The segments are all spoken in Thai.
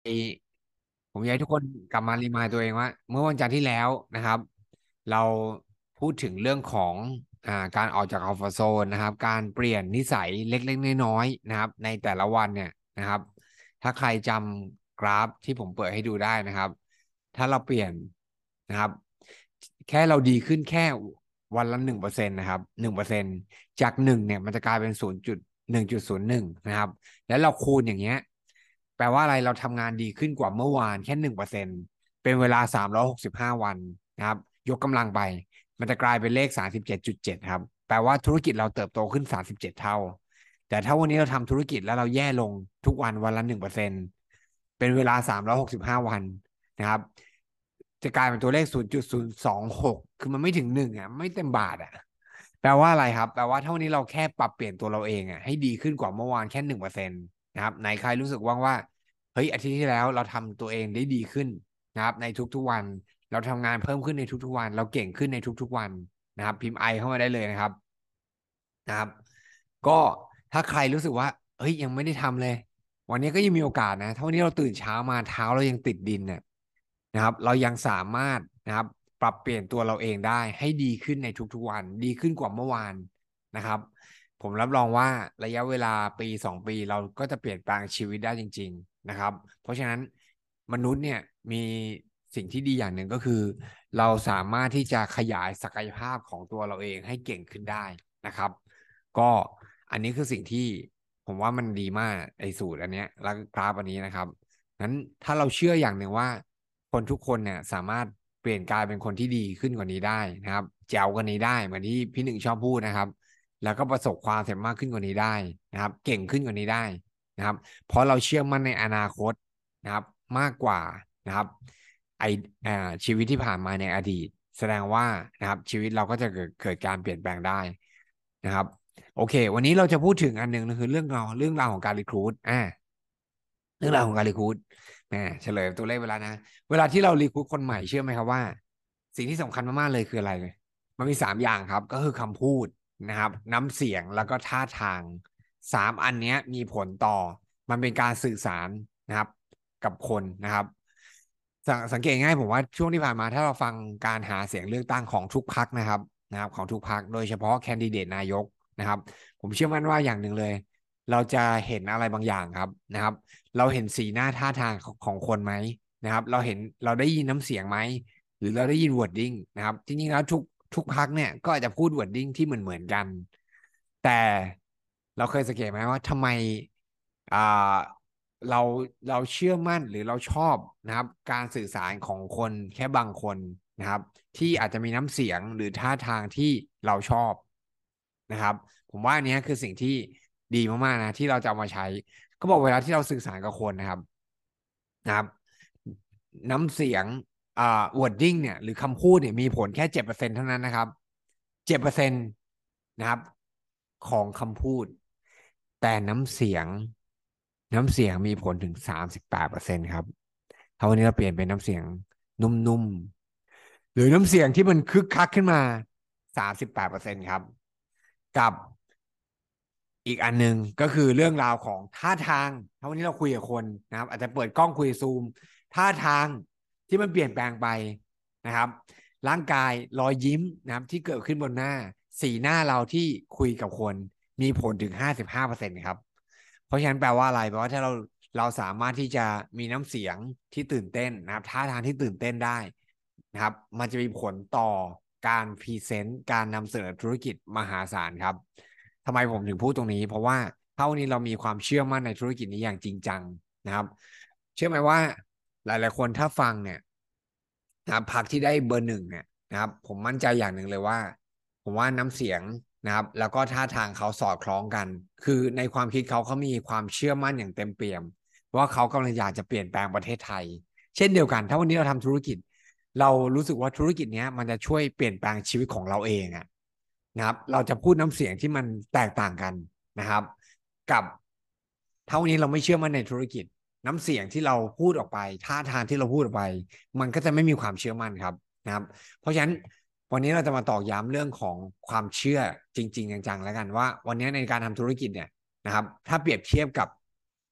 ผมอยากให้ทุกคนกลับมารีมายตัวเองว่าเมื่อวันจันทร์ที่แล้วนะครับเราพูดถึงเรื่องของการออกจากคอมฟอร์ z โซนนะครับการเปลี่ยนนิสัยเล็กๆน้อยๆนะครับในแต่ละวันเนี่ยนะครับถ้าใครจำกราฟที่ผมเปิดให้ดูได้นะครับถ้าเราเปลี่ยนนะครับแค่เราดีขึ้นแค่วันละ1%นะครับ1%จากหนึ่งเนี่ยมันจะกลายเป็น0.1.01นะครับแล้วเราคูณอย่างเงี้ย แปลว่าอะไรเราทำงานดีขึ้นกว่าเมื่อวานแค่1%เป็นเวลา365 วันนะครับยกกำลังไปมันจะกลายเป็นเลข37.7ครับแปลว่าธุรกิจเราเติบโตขึ้น37 เท่าแต่ถ้าวันนี้เราทำธุรกิจแล้วเราแย่ลงทุกวันวันละ1%เป็นเวลา365 วันนะครับจะกลายเป็นตัวเลข0.026คือมันไม่ถึงหนึ่งอ่ะไม่เต็มบาทอ่ะแปลว่าอะไรครับแปลว่าเท่านี้เราแค่ปรับเปลี่ยนตัวเราเองอ่ะให้ดีขึ้นกว่าเมื่อวานแค่1%นะครับไหนใครรู้สึกว่าเฮ้ยอาทิตย์ที่แล้วเราทำตัวเองได้ดีขึ้นนะครับในทุกๆวันเราทำงานเพิ่มขึ้นในทุกๆวันเราเก่งขึ้นในทุกๆวันนะครับพิมพ์ไอเข้ามาได้เลยนะครับก็ถ้าใครรู้สึกว่าเฮ้ยยังไม่ได้ทำเลยวันนี้ก็ยังมีโอกาสนะถ้าวันนี้เราตื่นเช้ามาเท้าเรายังติดดินเนี่ยนะครับเรายังสามารถนะครับปรับเปลี่ยนตัวเราเองได้ให้ดีขึ้นในทุกๆวันดีขึ้นกว่าเมื่อวานนะครับผมรับรองว่าระยะเวลา1-2 ปีเราก็จะเปลี่ยนแปลงชีวิตได้จริงๆนะครับเพราะฉะนั้นมนุษย์เนี่ยมีสิ่งที่ดีอย่างหนึ่งก็คือเราสามารถที่จะขยายศักยภาพของตัวเราเองให้เก่งขึ้นได้นะครับ ก็อันนี้คือสิ่งที่ผมว่ามันดีมากไอ้สูตรอันเนี้ยแล้วกราฟอันนี้นะครับงั้นถ้าเราเชื่ออย่างหนึ่งว่าคนทุกคนเนี่ยสามารถเปลี่ยนกลายเป็นคนที่ดีขึ้นกว่านี้ได้นะครับแจ๋วกว่านี้ได้เหมือนที่พี่หนึ่งชอบพูดนะครับแล้วก็ประสบความสำเร็จมากขึ้นกว่านี้ได้นะครับเก่งขึ้นกว่านี้ได้นะครับเพราะเราเชื่อมั่นในอนาคตนะครับมากกว่านะครับไออ่าชีวิตที่ผ่านมาในอดีตแสดงว่านะครับชีวิตเราก็จะเกิดการเปลี่ยนแปลงได้นะครับ โอเควันนี้เราจะพูดถึงอันหนึ่งนะคือเรื่องราวของการรีครูทเรื่องราวของการรีครูทแหมเฉลยตัวเลขเวลานะเวลาที่เรารีครูทคนใหม่เชื่อไหมครับว่าสิ่งที่สำคัญมากๆเลยคืออะไรเลยมันมี3 อย่างครับก็คือคำพูดนะครับน้ำเสียงแล้วก็ท่าทาง3 อันเนี้ยมีผลต่อมันเป็นการสื่อสารนะครับกับคนนะครับสังเกตง่ายผมว่าช่วงที่ผ่านมาถ้าเราฟังการหาเสียงเลือกตั้งของทุกพรรคนะครับของทุกพรรคโดยเฉพาะแคนดิเดตนายกนะครับผมเชื่อมั่นว่าอย่างหนึ่งเลย เราจะเห็นอะไรบางอย่างครับนะครับเราเห็นสีหน้าท่าทางของคนไหมนะครับเราได้ยินน้ำเสียงไหมหรือเราได้ยินวอร์ดดิ้งนะครับจริงๆแล้วทุกพรรคเนี่ยก็อาจจะพูดวอร์ดดิ้งที่เหมือนกันแต่เราเคยสังเกตไหมว่าทำไมอ่าเราเราเชื่อมั่นหรือเราชอบนะครับการสื่อสารของคนแค่บางคนนะครับที่อาจจะมีน้ำเสียงหรือท่าทางที่เราชอบนะครับผมว่าอันนี้คือสิ่งที่ดีมากๆนะที่เราจะเอามาใช้ก็บอกเวลาที่เราสื่อสารกับคนนะครับน้ำเสียงwording เนี่ยหรือคำพูดเนี่ยมีผลแค่7%เท่านั้นนะครับ7%นะครับของคำพูดแต่น้ำเสียงมีผลถึง38%ครับถ้าวันนี้เราเปลี่ยนเป็นน้ำเสียงนุ่มๆหรือน้ำเสียงที่มันคึกคักขึ้นมา38%ครับกับ อีกอันหนึ่งก็คือเรื่องราวของท่าทางถ้าวันนี้เราคุยกับคนนะครับอาจจะเปิดกล้องคุยซูมท่าทางที่มันเปลี่ยนแปลงไปนะครับร่างกายรอยยิ้มนะครับที่เกิดขึ้นบนหน้าสีหน้าเราที่คุยกับคนมีผลถึง55%ครับเพราะฉะนั้นแปลว่าอะไรแปลว่าถ้าเราสามารถที่จะมีน้ำเสียงที่ตื่นเต้นนะครับท่าทางที่ตื่นเต้นได้นะครับมันจะมีผลต่อการพรีเซนต์การนำเสนอธุรกิจมหาศาลครับ ทำไมผมถึงพูดตรงนี้เพราะว่าเท่านี้เรามีความเชื่อมั่นในธุรกิจนี้อย่างจริงจังนะครับเชื่อไหมว่าหลายๆคนถ้าฟังเนี่ยนะครับพรรคที่ได้เบอร์ 1เนี่ยนะครับผมมั่นใจอย่างหนึ่งเลยว่าผมว่าน้ำเสียงนะครับแล้วก็ท่าทางเขาสอดคล้องกันคือในความคิดเขามีความเชื่อมั่นอย่างเต็มเปี่ยมว่าเขากำลังอยากจะเปลี่ยนแปลงประเทศไทยเช่นเดียวกันถ้าวันนี้เราทำธุรกิจเรารู้สึกว่าธุรกิจเนี้ยมันจะช่วยเปลี่ยนแปลงชีวิตของเราเองอะ นะครับเราจะพูดน้ำเสียงที่มันแตกต่างกันนะครับกับเท่านี้เราไม่เชื่อมั่นในธุรกิจน้ำเสียงที่เราพูดออกไปท่าทางที่เราพูดออกไปมันก็จะไม่มีความเชื่อมั่นครับนะครับเพราะฉะนั้นวันนี้เราจะมาตอกย้ำเรื่องของความเชื่อจริงๆจังๆแล้วกันว่าวันนี้ในการทำธุรกิจเนี่ยนะครับถ้าเปรียบเทียบกับ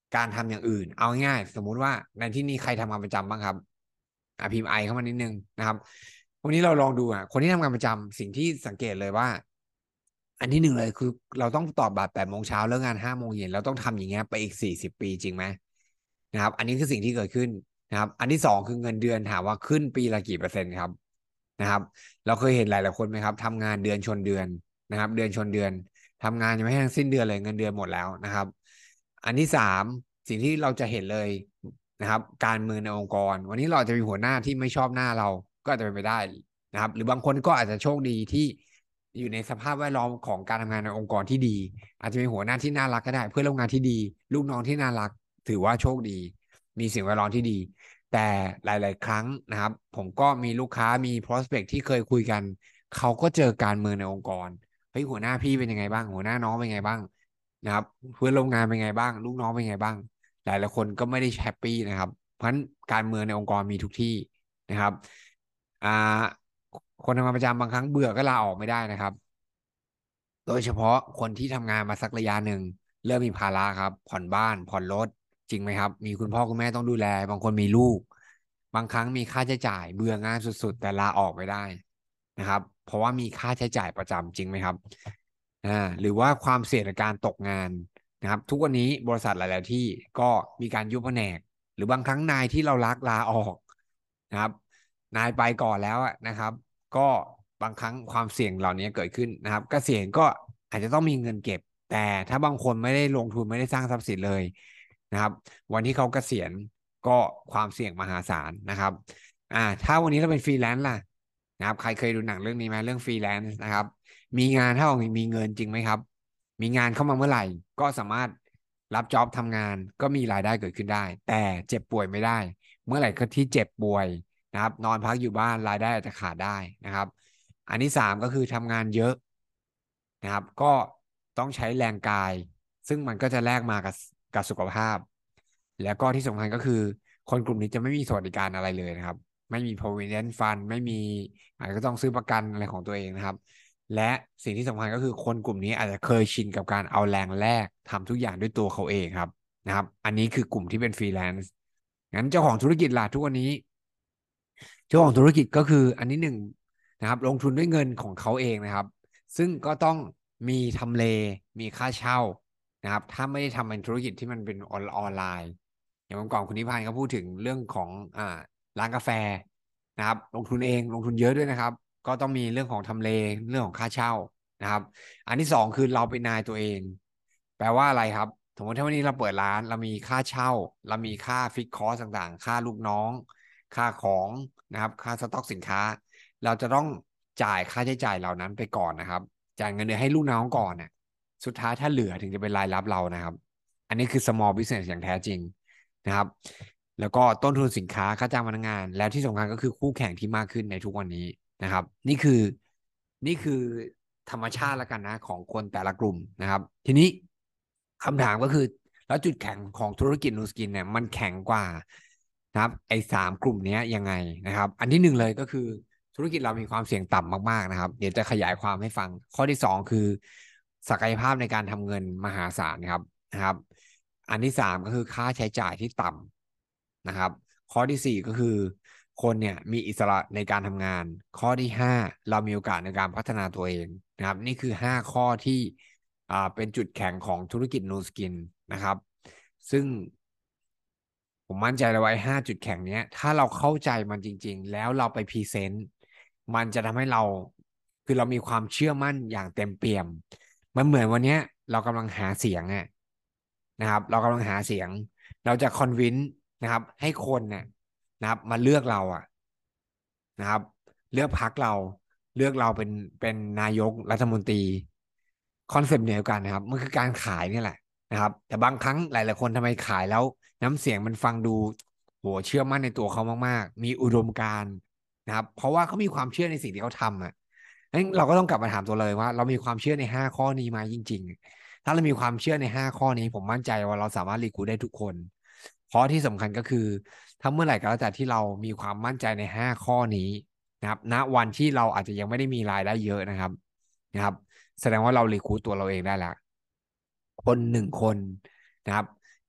การทำอย่างอื่นเอาง่ายๆสมมุติว่าในที่นี้ใครทำงานประจำบ้างครับพิมพ์ไอเข้ามานิดนึงนะครับวันนี้เราลองดูคนที่ทำงานประจำสิ่งที่สังเกตเลยว่าอันที่หนึ่งเลยคือเราต้องตอบบัตร8 โมงเช้าแล้วงาน5 โมงเย็นเราต้องทำอย่างเงี้ยไปอีก40 ปีจริงไหมนะครับอันนี้คือสิ่งที่เกิดขึ้นนะครับอันที่สองคือเงินเดือนถามว่าขึ้นปีละกี่เปอร์เซ็นต์ครับนะครับเราเคยเห็นหลายๆคนไหมครับทำงานเดือนชนเดือนนะครับเดือนชนเดือนทำงานยังไม่ทั้งสิ้นเดือนเลยเงินเดือนหมดแล้วนะครับอันที่สามสิ่งที่เราจะเห็นเลยนะครับการเมืองในองค์กรวันนี้เราจะมีหัวหน้าที่ไม่ชอบหน้าเราก็อาจจะเป็นไปได้นะครับหรือบางคนก็อาจจะโชคดีที่อยู่ในสภาพแวดล้อมของการทำงานในองค์กรที่ดีอาจจะมีหัวหน้าที่น่ารักก็ได้เพื่อนร่วมงานที่ดีลูกน้องที่น่ารักถือว่าโชคดีมีสิ่งแวดล้อมที่ดีแต่หลายๆครั้งนะครับผมก็มีลูกค้ามี prospect ที่เคยคุยกันเขาก็เจอการเมืองในองค์กรเฮ้ยหัวหน้าพี่เป็นยังไงบ้างหัวหน้าน้องเป็นยังไงบ้างนะครับเพื่อนร่วมงานเป็นไงบ้างลูกน้องเป็นไงบ้างหลายๆคนก็ไม่ได้แฮปปี้นะครับเพราะฉะนั้นการเมืองในองค์กรมีทุกที่นะครับอ่าคนทำงานประจำบางครั้งเบื่อก็ลาออกไม่ได้นะครับ โดยเฉพาะคนที่ทำงานมาสักระยะหนึ่งเริ่มมีภาระครับผ่อนบ้านผ่อนรถจริงไหมครับมีคุณพ่อคุณแม่ต้องดูแลบางคนมีลูกบางครั้งมีค่าใช้จ่ายเบื่องานสุดๆแต่ลาออกไม่ได้นะครับเพราะว่ามีค่าใช้จ่ายประจำจริงไหมครับหรือว่าความเสี่ยงในการตกงานนะครับทุกวันนี้บริษัทหลายๆที่ก็มีการยุบแผนกหรือบางครั้งนายที่เรารักลาออกนะครับนายไปก่อนแล้วนะครับ ก็บางครั้งความเสี่ยงเหล่านี้เกิดขึ้นนะครับเกษียณก็อาจจะต้องมีเงินเก็บแต่ถ้าบางคนไม่ได้ลงทุนไม่ได้สร้างทรัพย์สินเลยนะครับวันที่เขาเกษียณก็ความเสี่ยงมหาศาลนะครับถ้าวันนี้เราเป็นฟรีแลนซ์ล่ะนะครับใครเคยดูหนังเรื่องนี้ไหมเรื่องฟรีแลนซ์นะครับมีงานเท่ากับมีเงินจริงไหมครับมีงานเข้ามาเมื่อไหร่ก็สามารถรับจ็อบทำงานก็มีรายได้เกิดขึ้นได้แต่เจ็บป่วยไม่ได้เมื่อไหร่ก็ที่เจ็บป่วยนะครับนอนพักอยู่บ้านรายได้อาจจะขาดได้นะครับอันที่สามก็คือทำงานเยอะนะครับก็ต้องใช้แรงกายซึ่งมันก็จะแลกมากับสุขภาพแล้วก็ที่สำคัญก็คือคนกลุ่มนี้จะไม่มีสวัสดิการอะไรเลยนะครับไม่มี provident fund ไม่มีอาจจะต้องซื้อประกันอะไรของตัวเองนะครับและสิ่งที่สำคัญก็คือคนกลุ่มนี้อาจจะเคยชินกับการเอาแรงแรกทำทุกอย่างด้วยตัวเขาเองครับนะครับอันนี้คือกลุ่มที่เป็นฟรีแลนซ์งั้นเจ้าของธุรกิจล่ะทุกวันนี้ เจ้าของธุรกิจก็คืออันนี้หนึ่งนะครับลงทุนด้วยเงินของเขาเองนะครับซึ่งก็ต้องมีทำเลมีค่าเช่านะครับถ้าไม่ได้ทำเป็นธุรกิจที่มันเป็นออนไลน์อย่างเมื่อก่อนคุณนิพันธ์ก็พูดถึงเรื่องของร้านกาแฟนะครับลงทุนเองลงทุนเยอะด้วยนะครับก็ต้องมีเรื่องของทำเลเรื่องของค่าเช่านะครับอันที่สองคือเราเป็นนายตัวเองแปลว่าอะไรครับสมมติถ้าวันนี้เราเปิดร้านเรามีค่าเช่าเรามีค่าฟิกคอสต่างๆค่าลูกน้อง ค่าของนะครับค่าสต็อกสินค้าเราจะต้องจ่ายค่าใช้จ่ายเหล่านั้นไปก่อนนะครับจ่ายเงินเดือนให้ลูกน้องก่อนเนี่ยสุดท้ายถ้าเหลือถึงจะเป็นรายรับเรานะครับอันนี้คือ small business อย่างแท้จริงนะครับแล้วก็ต้นทุนสินค้าค่าจ้างพนักงานแล้วที่สำคัญก็คือคู่แข่งที่มากขึ้นในทุกวันนี้นะครับนี่คือธรรมชาติแล้วกันนะของคนแต่ละกลุ่มนะครับทีนี้คำถามก็คือแล้วจุดแข็งของธุรกิจนูสกินเนี่ยมันแข็งกว่านะครับไอ้3 กลุ่มนี้ยังไงนะครับอันที่หนึ่งเลยก็คือธุรกิจเรามีความเสี่ยงต่ำมากๆนะครับเดี๋ยวจะขยายความให้ฟังข้อที่สองคือศักยภาพในการทำเงินมหาศาลนะครับอันที่สามก็คือค่าใช้จ่ายที่ต่ำนะครับข้อที่สี่ก็คือคนเนี่ยมีอิสระในการทำงานข้อที่ห้าเรามีโอกาสในการพัฒนาตัวเองนะครับนี่คือ5 ข้อที่เป็นจุดแข็งของธุรกิจนูสกินนะครับซึ่งผมมั่นใจเลยว่า5 จุดแข็งเนี้ยถ้าเราเข้าใจมันจริงๆแล้วเราไปพรีเซนต์มันจะทำให้เราคือเรามีความเชื่อมั่นอย่างเต็มเปี่ยมมันเหมือนวันเนี้ยเรากำลังหาเสียงนะครับเรากำลังหาเสียงเราจะคอนวินนะครับให้คนเนี่ยนะครับมาเลือกเรานะครับเลือกพรรคเราเลือกเราเป็นนายกรัฐมนตรีคอนเซปต์เดียวกันนะครับมันคือการขายนี่แหละนะครับแต่บางครั้งหลายๆคนทำไมขายแล้วน้ำเสียงมันฟังดูโหเชื่อมั่นในตัวเขามากๆมีอุดมการณ์นะครับเพราะว่าเขามีความเชื่อในสิ่งที่เขาทำงั้นเราก็ต้องกลับมาถามตัวเลยว่าเรามีความเชื่อใน5 ข้อนี้ไหมจริงๆถ้าเรามีความเชื่อใน5 ข้อนี้ผมมั่นใจว่าเราสามารถรีคูดได้ทุกคนเพราะที่สำคัญก็คือถ้าเมื่อไหร่ก็แล้วแต่ที่เรามีความมั่นใจใน5 ข้อนี้นะครับณวันที่เราอาจจะยังไม่ได้มีรายได้เยอะนะครับแสดงว่าเรารีคูดตัวเราเองได้แล้วคน1 คนนะครับ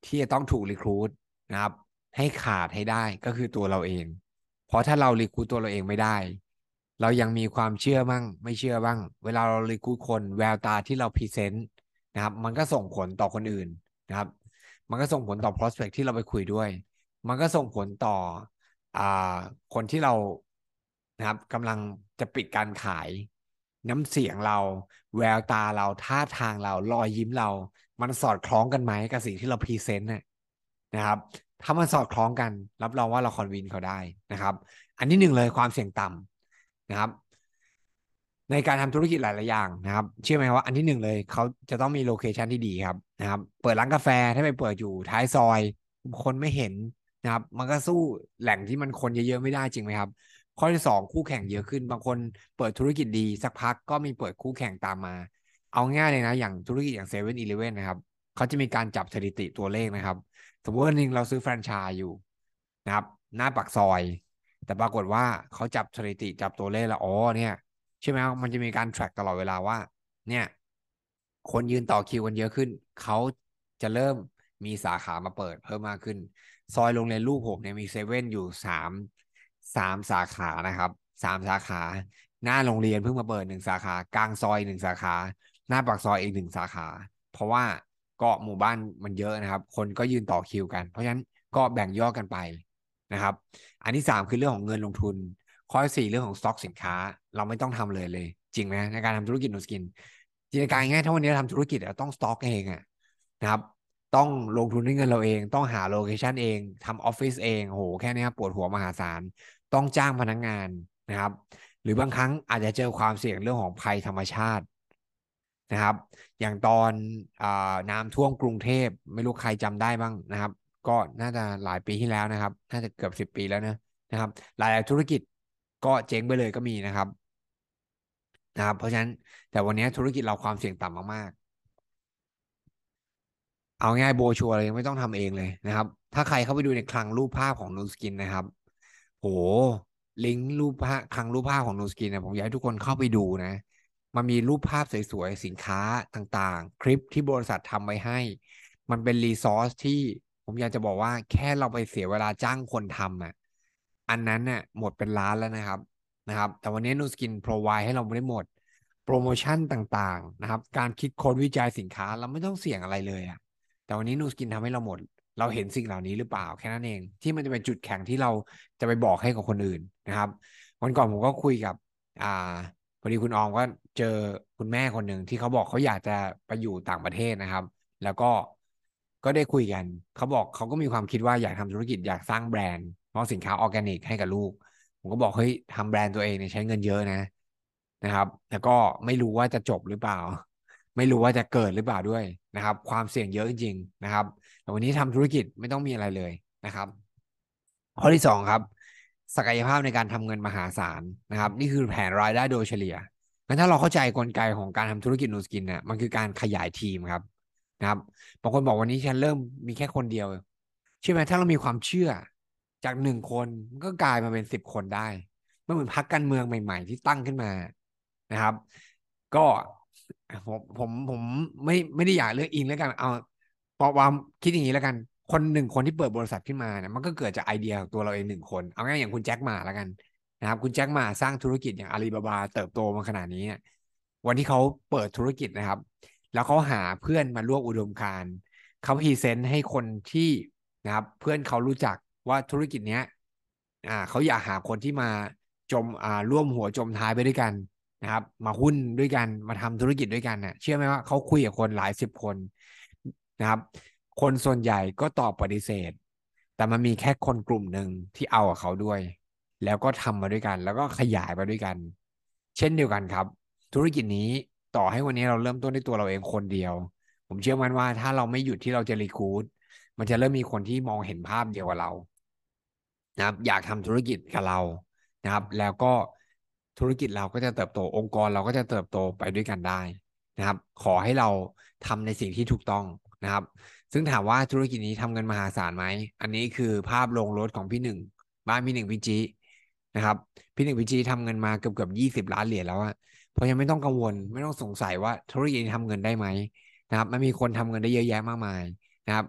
ที่จะต้องถูกรีครูทนะครับให้ขาดให้ได้ก็คือตัวเราเองเพราะถ้าเรารีครูทตัวเราเองไม่ได้เรายังมีความเชื่อบ้างไม่เชื่อบ้างเวลาเรารีครูทคนแววตาที่เราพรีเซนต์นะครับมันก็ส่งผลต่อคนอื่นนะครับมันก็ส่งผลต่อ prospect ที่เราไปคุยด้วยมันก็ส่งผลต่ออ่าคนที่เรานะครับกำลังจะปิดการขายน้ำเสียงเราแววตาเราท่าทางเรารอยยิ้มเรา มันสอดคล้องกันไหมกับสิ่งที่เราพรีเซนต์นะครับถ้ามันสอดคล้องกันรับรองว่าเราคอนวินเขาได้นะครับอันที่หนึ่งเลยความเสี่ยงต่ำนะครับในการทำธุรกิจหลายๆอย่างนะครับเชื่อไหมว่าอันที่หนึ่งเลยเขาจะต้องมีโลเคชันที่ดีครับนะครับเปิดร้านกาแฟถ้าไปเปิดอยู่ท้ายซอยคนไม่เห็นนะครับมันก็สู้แหล่งที่มันคนเยอะๆไม่ได้จริงไหมครับข้อที่สองคู่แข่งเยอะขึ้นบางคนเปิดธุรกิจดีสักพักก็มีเปิดคู่แข่งตามมาเอาง่ายเลยนะอย่างธุรกิจอย่าง7-Elevenนะครับเขาจะมีการจับสถิติตัวเลขนะครับสมมติว่าหนึ่งเราซื้อแฟรนไชส์อยู่นะครับหน้าปากซอยแต่ปรากฏว่าเขาจับสถิติจับตัวเลขแล้วอ๋อเนี่ย ใช่ไหมครับมันจะมีการ track ตลอดเวลาว่าเนี่ยคนยืนต่อคิวกันเยอะขึ้นเขาจะเริ่มมีสาขามาเปิดเพิ่มมากขึ้นซอยโรงเรียนลูกผมเนี่ยมีเซเว่นอยู่สามสาขานะครับสามสาขาหน้าโรงเรียนเพิ่งมาเปิดหนึ่งสาขากลางซอยหนึ่งสาขาหน้าปากซอยอีกหนึ่งสาขาเพราะว่าก็หมู่บ้านมันเยอะนะครับคนก็ยืนต่อคิวกันเพราะฉะนั้นก็แบ่งย่อกันไปนะครับอันที่สามคือเรื่องของเงินลงทุน ข้อสี่เรื่องของสต็อกสินค้าเราไม่ต้องทำเลยจริงไหมในการทำธุรกิจนูสกินจินตนาการง่ายถ้าวันนี้เราทำธุรกิจเราต้องสต็อกเองอะนะครับต้องลงทุนด้วยเงินเราเองต้องหาโลเคชันเองทำออฟฟิศเองโหแค่นี้ปวดหัวมหาศาลต้องจ้างพนักงานนะครับหรือบางครั้งอาจจะเจอความเสี่ยงเรื่องของภัยธรรมชาตินะครับอย่างตอนน้ำท่วมกรุงเทพไม่รู้ใครจำได้บ้างนะครับก็น่าจะหลายปีที่แล้วนะครับน่าจะเกือบ10 ปีแล้วนะ นะครับหลายๆธุรกิจก็เจ๊งไปเลยก็มีนะครับเพราะฉะนั้นแต่วันนี้ธุรกิจเราความเสี่ยงต่ำมากๆเอาง่ายโบชัวร์เลยยังไม่ต้องทำเองเลยนะครับถ้าใครเข้าไปดูในคลังรูปภาพของนูสกินนะครับโหลิงก์รูปภาพคลังรูปภาพของนูสกินนะผมอยากให้ทุกคนเข้าไปดูนะมันมีรูปภาพสวยๆสินค้าต่างๆคลิปที่บริษัททำไว้ให้มันเป็นรีซอสที่ผมอยากจะบอกว่าแค่เราไปเสียเวลาจ้างคนทำอันนั้นน่ะหมดเป็นล้านแล้วนะครับแต่วันนี้นูสกินพรอไวให้เราไม่ได้หมดโปรโมชั่นต่างๆนะครับการคิดค้นวิจัยสินค้าเราไม่ต้องเสี่ยงอะไรเลยแต่วันนี้นูสกินทำให้เราหมดเราเห็นสิ่งเหล่านี้หรือเปล่าแค่นั้นเองที่มันจะเป็นจุดแข็งที่เราจะไปบอกให้กับคนอื่นนะครับวันก่อนผมก็คุยกับอ่าพอดีคุณออมก็เจอคุณแม่คนหนึ่งที่เขาบอกเขาอยากจะไปอยู่ต่างประเทศนะครับแล้วก็ได้คุยกันเขาบอกเขาก็มีความคิดว่าอยากทำธุรกิจอยากสร้างแบรนด์เพราะสินค้าออร์แกนิกให้กับลูกผมก็บอกเฮ้ยทำแบรนด์ตัวเองเนี่ยใช้เงินเยอะนะครับแล้วก็ไม่รู้ว่าจะจบหรือเปล่าไม่รู้ว่าจะเกิดหรือเปล่าด้วยนะครับความเสี่ยงเยอะจริงๆนะครับแต่วันนี้ทำธุรกิจไม่ต้องมีอะไรเลยนะครับข้อที่สองครับศักยภาพในการทำเงินมหาศาลนะครับนี่คือแผนรายได้โดยเฉลี่ยงั้นถ้าเราเข้าใจกลไกของการทำธุรกิจนูสกินเนี่ยมันคือการขยายทีมครับนะครับบางคนบอกวันนี้ฉันเริ่มมีแค่คนเดียวใช่ไหมถ้าเรามีความเชื่อจาก1 คนมันก็กลายมาเป็น10 คนได้ไม่เหมือนพรรคการเมืองใหม่ๆที่ตั้งขึ้นมานะครับก็ผมไม่ได้อยากเลือกอิงแล้วกันเอาเพราะว่าคิดอย่างนี้แล้วกันคนที่เปิดบริษัทขึ้นมาเนี่ยมันก็เกิดจากไอเดียของตัวเราเอง1 คนเอาง่ายอย่างคุณแจ็คหม่าแล้วกันนะครับคุณแจ็คหม่าสร้างธุรกิจอย่างอาลีบาบาเติบโตมาขนาดนี้เนี่ยวันที่เขาเปิดธุรกิจนะครับแล้วเขาหาเพื่อนมาร่วมอุดมการณ์เขาพรีเซนต์ให้คนที่นะครับเพื่อนเขารู้จักว่าธุรกิจเนี้ยเขาอยากหาคนที่มาร่วมหัวจมท้ายไปด้วยกันนะครับมาหุ้นด้วยกันมาทำธุรกิจด้วยกันเชื่อไหมว่าเขาคุยกับคนหลาย10 คนนะครับคนส่วนใหญ่ก็ตอบปฏิเสธแต่มันมีแค่คนกลุ่มหนึ่งที่เอากับเขาด้วยแล้วก็ทำมาด้วยกันแล้วก็ขยายมาด้วยกันเช่นเดียวกันครับธุรกิจนี้ต่อให้วันนี้เราเริ่มต้นด้วยตัวเราเองคนเดียวผมเชื่อมั่นว่าถ้าเราไม่หยุดที่เราจะรีคูดมันจะเริ่มมีคนที่มองเห็นภาพเดียวกับเรานะครับอยากทำธุรกิจกับเรานะครับแล้วก็ธุรกิจเราก็จะเติบโตองค์กรเราก็จะเติบโตไปด้วยกันได้นะครับขอให้เราทำในสิ่งที่ถูกต้องนะครับซึ่งถามว่าธุรกิจนี้ทำเงินมหาศาลไหมอันนี้คือภาพลงรถของพี่หนึ่งบ้านพี่หนึ่งพี่จีนะครับพี่หนึ่งพี่จีทำเงินมาเกือบ20 ล้านเหรียญแล้วเพราะยังไม่ต้องกังวลไม่ต้องสงสัยว่าธุรกิจนี้ทำเงินได้ไหมนะครับมันมีคนทำเงินได้เยอะแยะมากมายนะครับ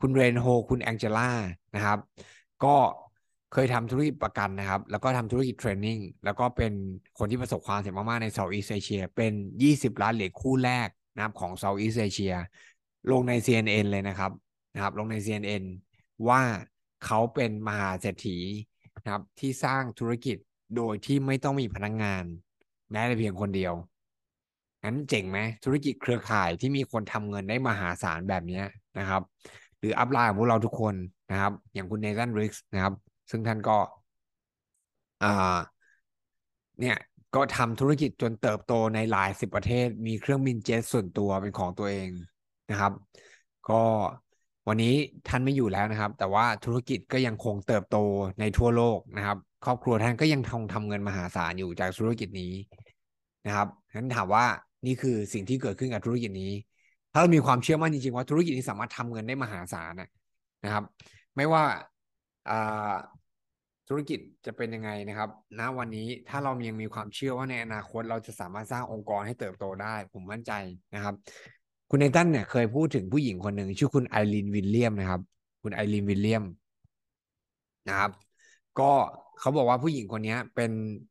คุณเรนโฮคุณแองเจล่านะครับก็เคยทำธุรกิจประกันนะครับแล้วก็ทำธุรกิจเทรนนิ่งแล้วก็เป็นคนที่ประสบความสำเร็จมากๆในเซาท์อีสต์เอเชียเป็น20ล้านเหรียญคู่แรกนะครับของเซาท์อีสต์เอเชียลงใน CNN เลยนะครับลงใน CNN ว่าเขาเป็นมหาเศรษฐีนะครับที่สร้างธุรกิจโดยที่ไม่ต้องมีพนักงานแม้แต่เพียงคนเดียวงั้นเจ๋งไหมธุรกิจเครือข่ายที่มีคนทำเงินได้มหาศาลแบบนี้นะครับหรืออัพไลน์ของพวกเราทุกคนนะครับอย่างคุณเนธันริกส์นะครับซึ่งท่านก็อ่าเนี่ยก็ทำธุรกิจจนเติบโตในหลายสิบประเทศมีเครื่องบินเจ็ตส่วนตัวเป็นของตัวเองนะครับก็วันนี้ท่านไม่อยู่แล้วนะครับแต่ว่าธุรกิจก็ยังคงเติบโตในทั่วโลกนะครับครอบครัวท่านก็ยังทำเงินมหาศาลอยู่จากธุรกิจนี้นะครับงั้นถามว่านี่คือสิ่งที่เกิดขึ้นกับธุรกิจนี้ถ้าเรามีความเชื่อมั่นจริงๆว่าธุรกิจนี้สามารถทำเงินได้มหาศาลนะครับไม่ว่าอ่า ธุรกิจจะเป็นยังไงนะครับณวันนี้ถ้าเรายังมีความเชื่อว่าในอนาคตเราจะสามารถสร้างองค์กรให้เติบโตได้ผมมั่นใจนะครับคุณเนตันเนี่ยเคยพูดถึงผู้หญิงคนหนึ่งชื่อคุณไอรีนวิลเลียมนะครับคุณไอรีนวิลเลียมนะครับก็เขาบอกว่าผู้หญิงคนนี้เป็น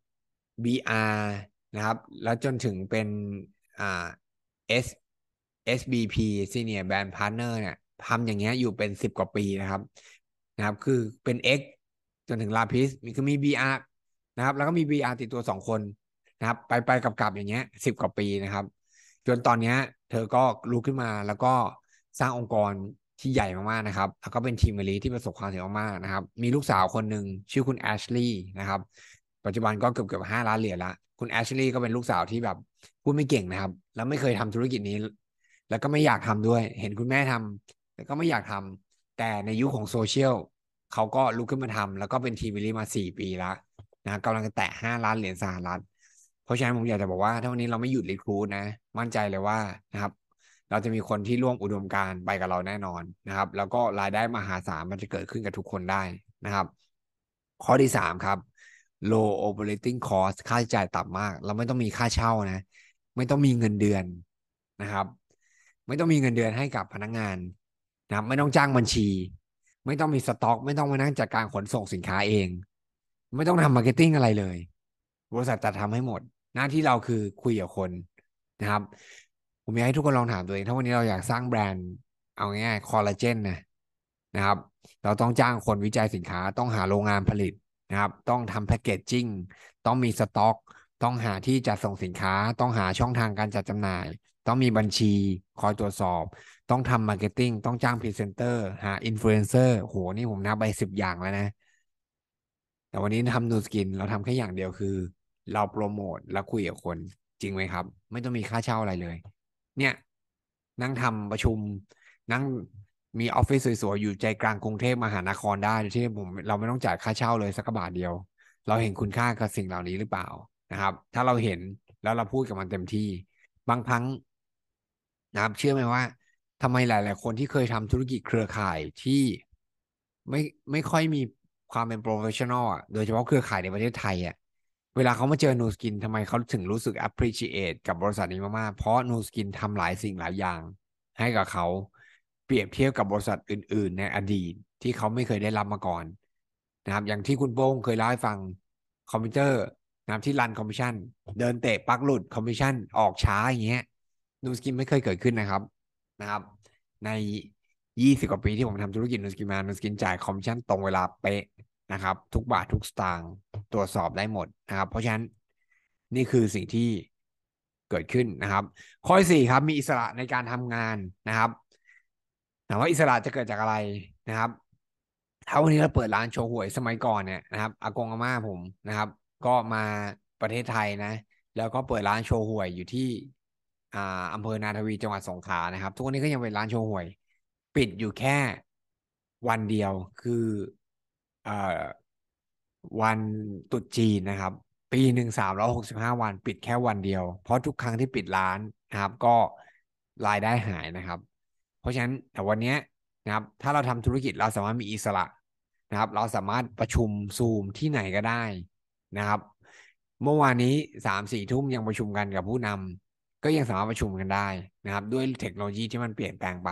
BR นะครับแล้วจนถึงเป็นอ่า S SBP Senior Brand Partner เนี่ยทำอย่างเงี้ยอยู่เป็น10 กว่าปีนะครับคือเป็น X จนถึงลาพิสคือมี BR นะครับแล้วก็มี BR ติดตัว2 คนนะครับไปกลับอย่างเงี้ย10 กว่าปีนะครับจนตอนเนี้ยเธอก็ลุกขึ้นมาแล้วก็สร้างองค์กรที่ใหญ่มากๆนะครับแล้วก็เป็นทีมเลีที่ประสบความสำเร็จมากๆนะครับมีลูกสาวคนหนึ่งชื่อคุณแอชลีย์นะครับปัจจุบันก็เกือบ5 ล้านเหรียญละคุณแอชลีย์ก็เป็นลูกสาวที่แบบพูดไม่เก่งนะครับแล้วไม่เคยทำธุรกิจนี้แล้วก็ไม่อยากทำด้วยเห็นคุณแม่ทำแต่ก็ไม่อยากทำแต่ในยุคของโซเชียลเขาก็ลุกขึ้นมาทำแล้วก็เป็นทีมเลีมา4 ปีแล้วนะกำลังจะแตะ5 ล้านเหรียญสหรัฐเพราะฉะนั้นผมอยากจะบอกว่าถ้าวันนี้เราไม่หยุดรีครูทนะมั่นใจเลยว่านะครับเราจะมีคนที่ร่วมอุดมการณ์ไปกับเราแน่นอนนะครับแล้วก็รายได้มหาศาลมันจะเกิดขึ้นกับทุกคนได้นะครับข้อที่3ครับ low operating cost ค่าใช้จ่ายต่ำมากเราไม่ต้องมีค่าเช่านะไม่ต้องมีเงินเดือนนะครับไม่ต้องมีเงินเดือนให้กับพนักงานนะครับไม่ต้องจ้างบัญชีไม่ต้องมีสต็อกไม่ต้องมานั่งจัดการขนส่งสินค้าเองไม่ต้องทำมาร์เก็ตติ้งอะไรเลยบริษัทจะทำให้หมดหน้าที่เราคือคุยกับคนนะครับผมอยากให้ทุกคนลองถามตัวเองถ้าวันนี้เราอยากสร้างแบรนด์เอาง่ายๆคอลลาเจนนะครับเราต้องจ้างคนวิจัยสินค้าต้องหาโรงงานผลิตนะครับต้องทำแพคเกจจิ้งต้องมีสต็อกต้องหาที่จัดส่งสินค้าต้องหาช่องทางการจัดจำหน่ายต้องมีบัญชีคอยตรวจสอบต้องทำมาร์เก็ตติ้งต้องจ้างพรีเซนเตอร์หาอินฟลูเอนเซอร์โหนี่ผมนับไป10 อย่างแล้วนะ แต่วันนี้ทำนูสกินเราทำแค่อย่างเดียวคือเราโปรโมทแล้วคุยกับคนจริงไหมครับไม่ต้องมีค่าเช่าอะไรเลยเนี่ยนั่งทำประชุมนั่งมีออฟฟิศสวยๆอยู่ใจกลางกรุงเทพมหานครได้โดยที่เราไม่ต้องจ่ายค่าเช่าเลยสักบาทเดียวเราเห็นคุณค่ากับสิ่งเหล่านี้หรือเปล่านะครับถ้าเราเห็นแล้วเราพูดกับมันเต็มที่บางครั้งนะครับเชื่อไหมว่าทำไมหลายๆคนที่เคยทำธุรกิจเครือข่ายที่ไม่ไม่ค่อยมีความเป็นโปรเฟชชั่นอลอ่ะโดยเฉพาะเครือข่ายในประเทศไทยอ่ะเวลาเขามาเจอนูสกินทำไมเขาถึงรู้สึก appreciate กับบริษัทนี้มากๆเพราะนูสกินทำหลายสิ่งหลายอย่างให้กับเขาเปรียบเทียบกับบริษัทอื่นๆในอดีตที่เขาไม่เคยได้รับมาก่อนนะครับอย่างที่คุณโป้งเคยเล่าให้ฟังคอมพิวเตอร์นะครับที่รันคอมมิชชั่นเดินเตะปลั๊กหลุดคอมมิชชั่นออกช้าอย่างเงี้ยนูสกินไม่เคยเกิดขึ้นนะครับใน20 กว่าปีที่ผมทำธุรกิจนูสกินมานูสกินจ่ายคอมมิชชั่นตรงเวลาเป๊ะนะครับทุกบาททุกสตางค์ตรวจสอบได้หมดนะครับเพราะฉะนั้นนี่คือสิ่งที่เกิดขึ้นนะครับข้อที่4ครับมีอิสระในการทำงานนะครับถามว่าอิสระจะเกิดจากอะไรนะครับถ้าวันนี้เราเปิดร้านโชว์หวยสมัยก่อนเนี่ยนะครับอากงอาม่าผมนะครับก็มาประเทศไทยนะแล้วก็เปิดร้านโชว์หวยอยู่ที่อ่าอำเภอนาทวีจังหวัดสงขลานะครับทุกวันนี้ก็ยังเป็นร้านโชว์หวยปิดอยู่แค่วันเดียวคือเอ่อวันตรุษจีนนะครับปีหนึ่ง365 วันปิดแค่วันเดียวเพราะทุกครั้งที่ปิดร้านนะครับก็รายได้หายนะครับเพราะฉะนั้นแต่วันนี้นะครับถ้าเราทำธุรกิจเราสามารถมีอิสระนะครับเราสามารถประชุมซูมที่ไหนก็ได้นะครับเมื่อวานนี้3-4 ทุ่มยังประชุมกันกับผู้นำก็ยังสามารถประชุมกันได้นะครับด้วยเทคโนโลยีที่มันเปลี่ยนแปลงไป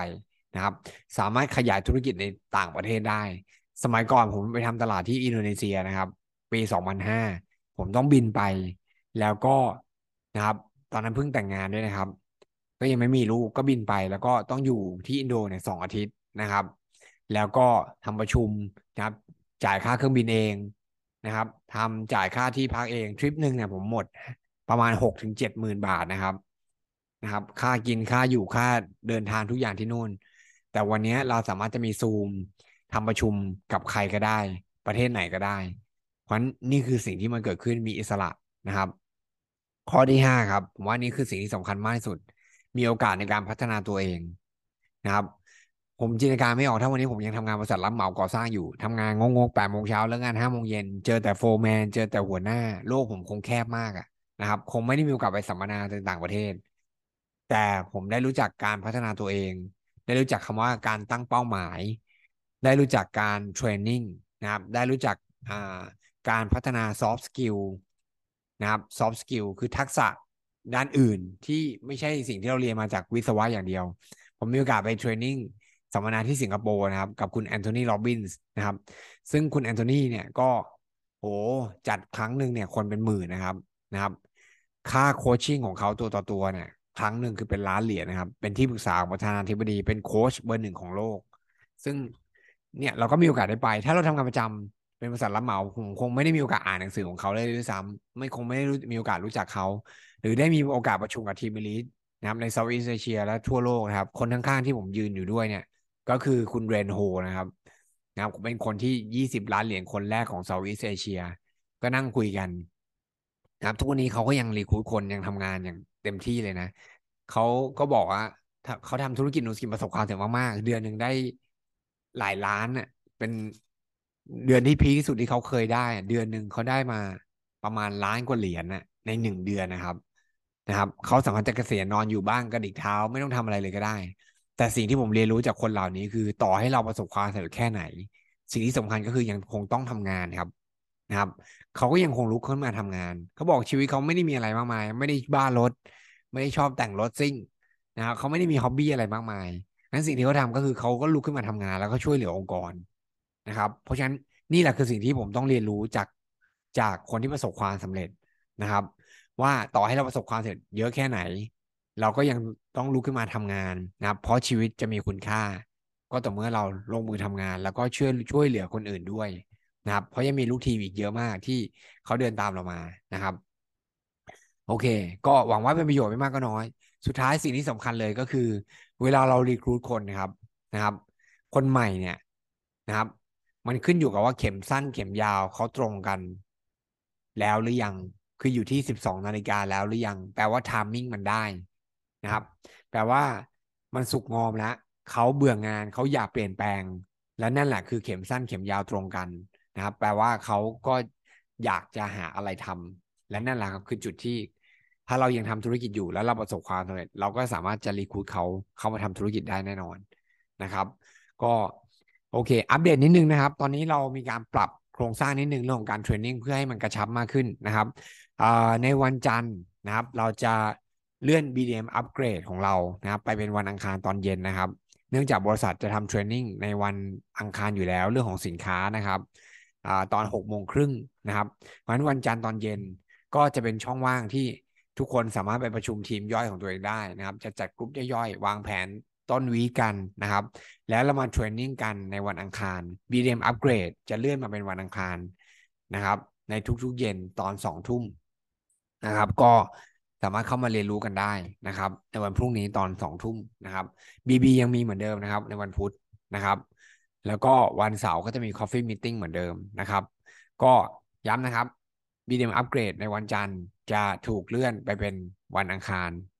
นะครับสามารถขยายธุรกิจในต่างประเทศได้สมัยก่อนผมไปทำตลาดที่อินโดนีเซียนะครับปี2005ผมต้องบินไปแล้วก็นะครับตอนนั้นเพิ่งแต่งงานด้วยนะครับก็ยังไม่มีลูกก็บินไปแล้วก็ต้องอยู่ที่อินโดเนี่ย2 อาทิตย์นะครับแล้วก็ทำประชุมนะครับจ่ายค่าเครื่องบินเองนะครับทำจ่ายค่าที่พักเองทริปหนึ่งเนี่ยผมหมดประมาณ6 ถึง 7 หมื่นบาทนะครับค่ากินค่าอยู่ค่าเดินทางทุกอย่างที่นู่นแต่วันนี้เราสามารถจะมีซูมทำประชุมกับใครก็ได้ประเทศไหนก็ได้เพราะนี่คือสิ่งที่มันเกิดขึ้นมีอิสระนะครับข้อที่5ครับผมว่านี่คือสิ่งที่สำคัญมากที่สุดมีโอกาสในการพัฒนาตัวเองนะครับผมจินตนาการไม่ออกถ้าวันนี้ผมยังทำงานบริษัทรับเหมาก่อสร้างอยู่ทำงานงกๆ8 โมงเช้าแล้วงาน5 โมงเย็นเจอแต่โฟร์แมนเจอแต่หัวหน้าโลกผมคงแคบมากอะ นะครับคงไม่ได้มีโอกาสไปสัมมนาในต่างประเทศแต่ผมได้รู้จักการพัฒนาตัวเองได้รู้จักคำว่าการตั้งเป้าหมายได้รู้จักการเทรนนิ่งนะครับได้รู้จักอ่าการพัฒนาซอฟต์สกิลนะครับซอฟต์สกิลคือทักษะด้านอื่นที่ไม่ใช่สิ่งที่เราเรียนมาจากวิศวะอย่างเดียวผมมีโอกาสไปเทรนนิ่งสัมมนาที่สิงคโปร์นะครับกับคุณแอนโทนีโรบินส์นะครับซึ่งคุณแอนโทนีเนี่ยก็โหจัดครั้งหนึ่งเนี่ยคนเป็นหมื่นนะครับค่าโคชชิ่งของเขาตัวต่อตัวเนี่ยครั้งหนึ่งคือเป็น1 ล้านเหรียญนะครับเป็นที่ปรึกษาของประธานาธิบดีเป็นโค้ชเบอร์ 1ของโลกซึ่งเนี่ยเราก็มีโอกาสได้ไปถ้าเราทำงานประจำเป็นบริษัทรับเหมาผมคงไม่ได้มีโอกาสอ่านหนังสือของเขาเลยด้วยซ้ำไม่คงไม่ได้มีโอกาสรู้จักเขาหรือได้มีโอกาสประชุมกับทีมลีดนะครับในเซาท์อีสต์เอเชียและทั่วโลกนะครับคนข้างๆที่ผมยืนอยู่ด้วยเนี่ยก็คือคุณเรนโฮนะครับเป็นคนที่20 ล้านเหรียญคนแรกของเซาท์อีสต์เอเชียก็นั่งคุยกัน นะครับทุกวันนี้เขาก็ยังรีครูทคนยังทำงานอย่างเต็มที่เลยนะเขาก็บอกว่าถ้าเขาทำธุรกิจนูสกินประสบความสำเร็จมากๆเดือนหนึ่งได้หลายล้านน่ะเป็นเดือนที่พีคที่สุดที่เขาเคยได้อะเดือนหนึ่งเขาได้มาประมาณ1 ล้านกว่าเหรียญน่ะใน1 เดือนนะครับเขาสามารถจะเกษียณนอนอยู่บ้านกระดิกเท้าไม่ต้องทำอะไรเลยก็ได้แต่สิ่งที่ผมเรียนรู้จากคนเหล่านี้คือต่อให้เราประสบความสำเร็จแค่ไหนสิ่งที่สำคัญก็คือยังคงต้องทำงานนะครับ เขาก็ยังคงลุกขึ้นมาทำงาน เขาบอกชีวิตเขาไม่ได้มีอะไรมากมาย ไม่ได้บ้ารถ ไม่ได้ชอบแต่งรถซิ่งนะครับเขาไม่ได้มีฮ็อบบี้อะไรมากมายนั้นสิ่งที่เขาทำก็คือเขาก็ลุกขึ้นมาทำงานแล้วก็ช่วยเหลือองค์กรนะครับเพราะฉะนั้นนี่แหละคือสิ่งที่ผมต้องเรียนรู้จากคนที่ประสบความสำเร็จนะครับว่าต่อให้เราประสบความสำเร็จเยอะแค่ไหนเราก็ยังต้องลุกขึ้นมาทำงานนะครับเพราะชีวิตจะมีคุณค่าก็ต่อเมื่อเราลงมือทำงานแล้วก็ช่วยเหลือคนอื่นด้วย นะครับเพราะยังมีลูกทีมอีกเยอะมากที่เขาเดินตามเรามานะครับโอเคก็หวังว่าเป็นประโยชน์ไม่มากก็น้อยสุดท้ายสิ่งที่สำคัญเลยก็คือเวลาเรารีครูทคนนะครับคนใหม่เนี่ยนะครับมันขึ้นอยู่กับว่าเข็มสั้นเข็มยาวเขาตรงกันแล้วหรือยังคืออยู่ที่12 นาฬิกาแล้วหรือยังแปลว่าไทมิ่งมันได้นะครับแปลว่ามันสุกงอมแล้วเขาเบื่องานเขาอยากเปลี่ยนแปลงและนั่นแหละคือเข็มสั้นเข็มยาวตรงกัน นะครับแปลว่าเขาก็อยากจะหาอะไรทำและนั่นแหละครับคือจุดที่ถ้าเรายังทำธุรกิจอยู่แล้วเราประสบความสำเร็จเราก็สามารถจะรีครูทเขาเข้ามาทำธุรกิจได้แน่นอนนะครับก็โอเคอัปเดตนิดนึงนะครับตอนนี้เรามีการปรับโครงสร้างนิดนึงเรื่องของการเทรนนิ่งเพื่อให้มันกระชับมากขึ้นนะครับในวันจันทร์นะครับเราจะเลื่อน BDM อัปเกรดของเรานะครับไปเป็นวันอังคารตอนเย็นนะครับเนื่องจากบริษัทจะทำเทรนนิ่งในวันอังคารอยู่แล้วเรื่องของสินค้านะครับ ตอน6 โมงครึ่งนะครับเพราะฉะนั้นวันจันทร์ตอนเย็นก็จะเป็นช่องว่างที่ทุกคนสามารถไปประชุมทีมย่อยของตัวเองได้นะครับจะจัดกลุ่มย่อยๆวางแผนต้นวีคกันนะครับแล้วเรามาเทรนนิ่งกันในวันอังคาร BDM Upgrade จะเลื่อนมาเป็นวันอังคารนะครับในทุกๆเย็นตอน2 ทุ่มนะครับก็สามารถเข้ามาเรียนรู้กันได้นะครับในวันพรุ่งนี้ตอน2 ทุ่มนะครับ BB ยังมีเหมือนเดิมนะครับในวันพุธนะครับ แล้วก็วันเสาร์ก็จะมี Coffee Meeting เหมือนเดิมนะครับก็ย้ำนะครับ BDM Upgrade ในวันจันทร์จะถูกเลื่อนไปเป็นวันอังคาร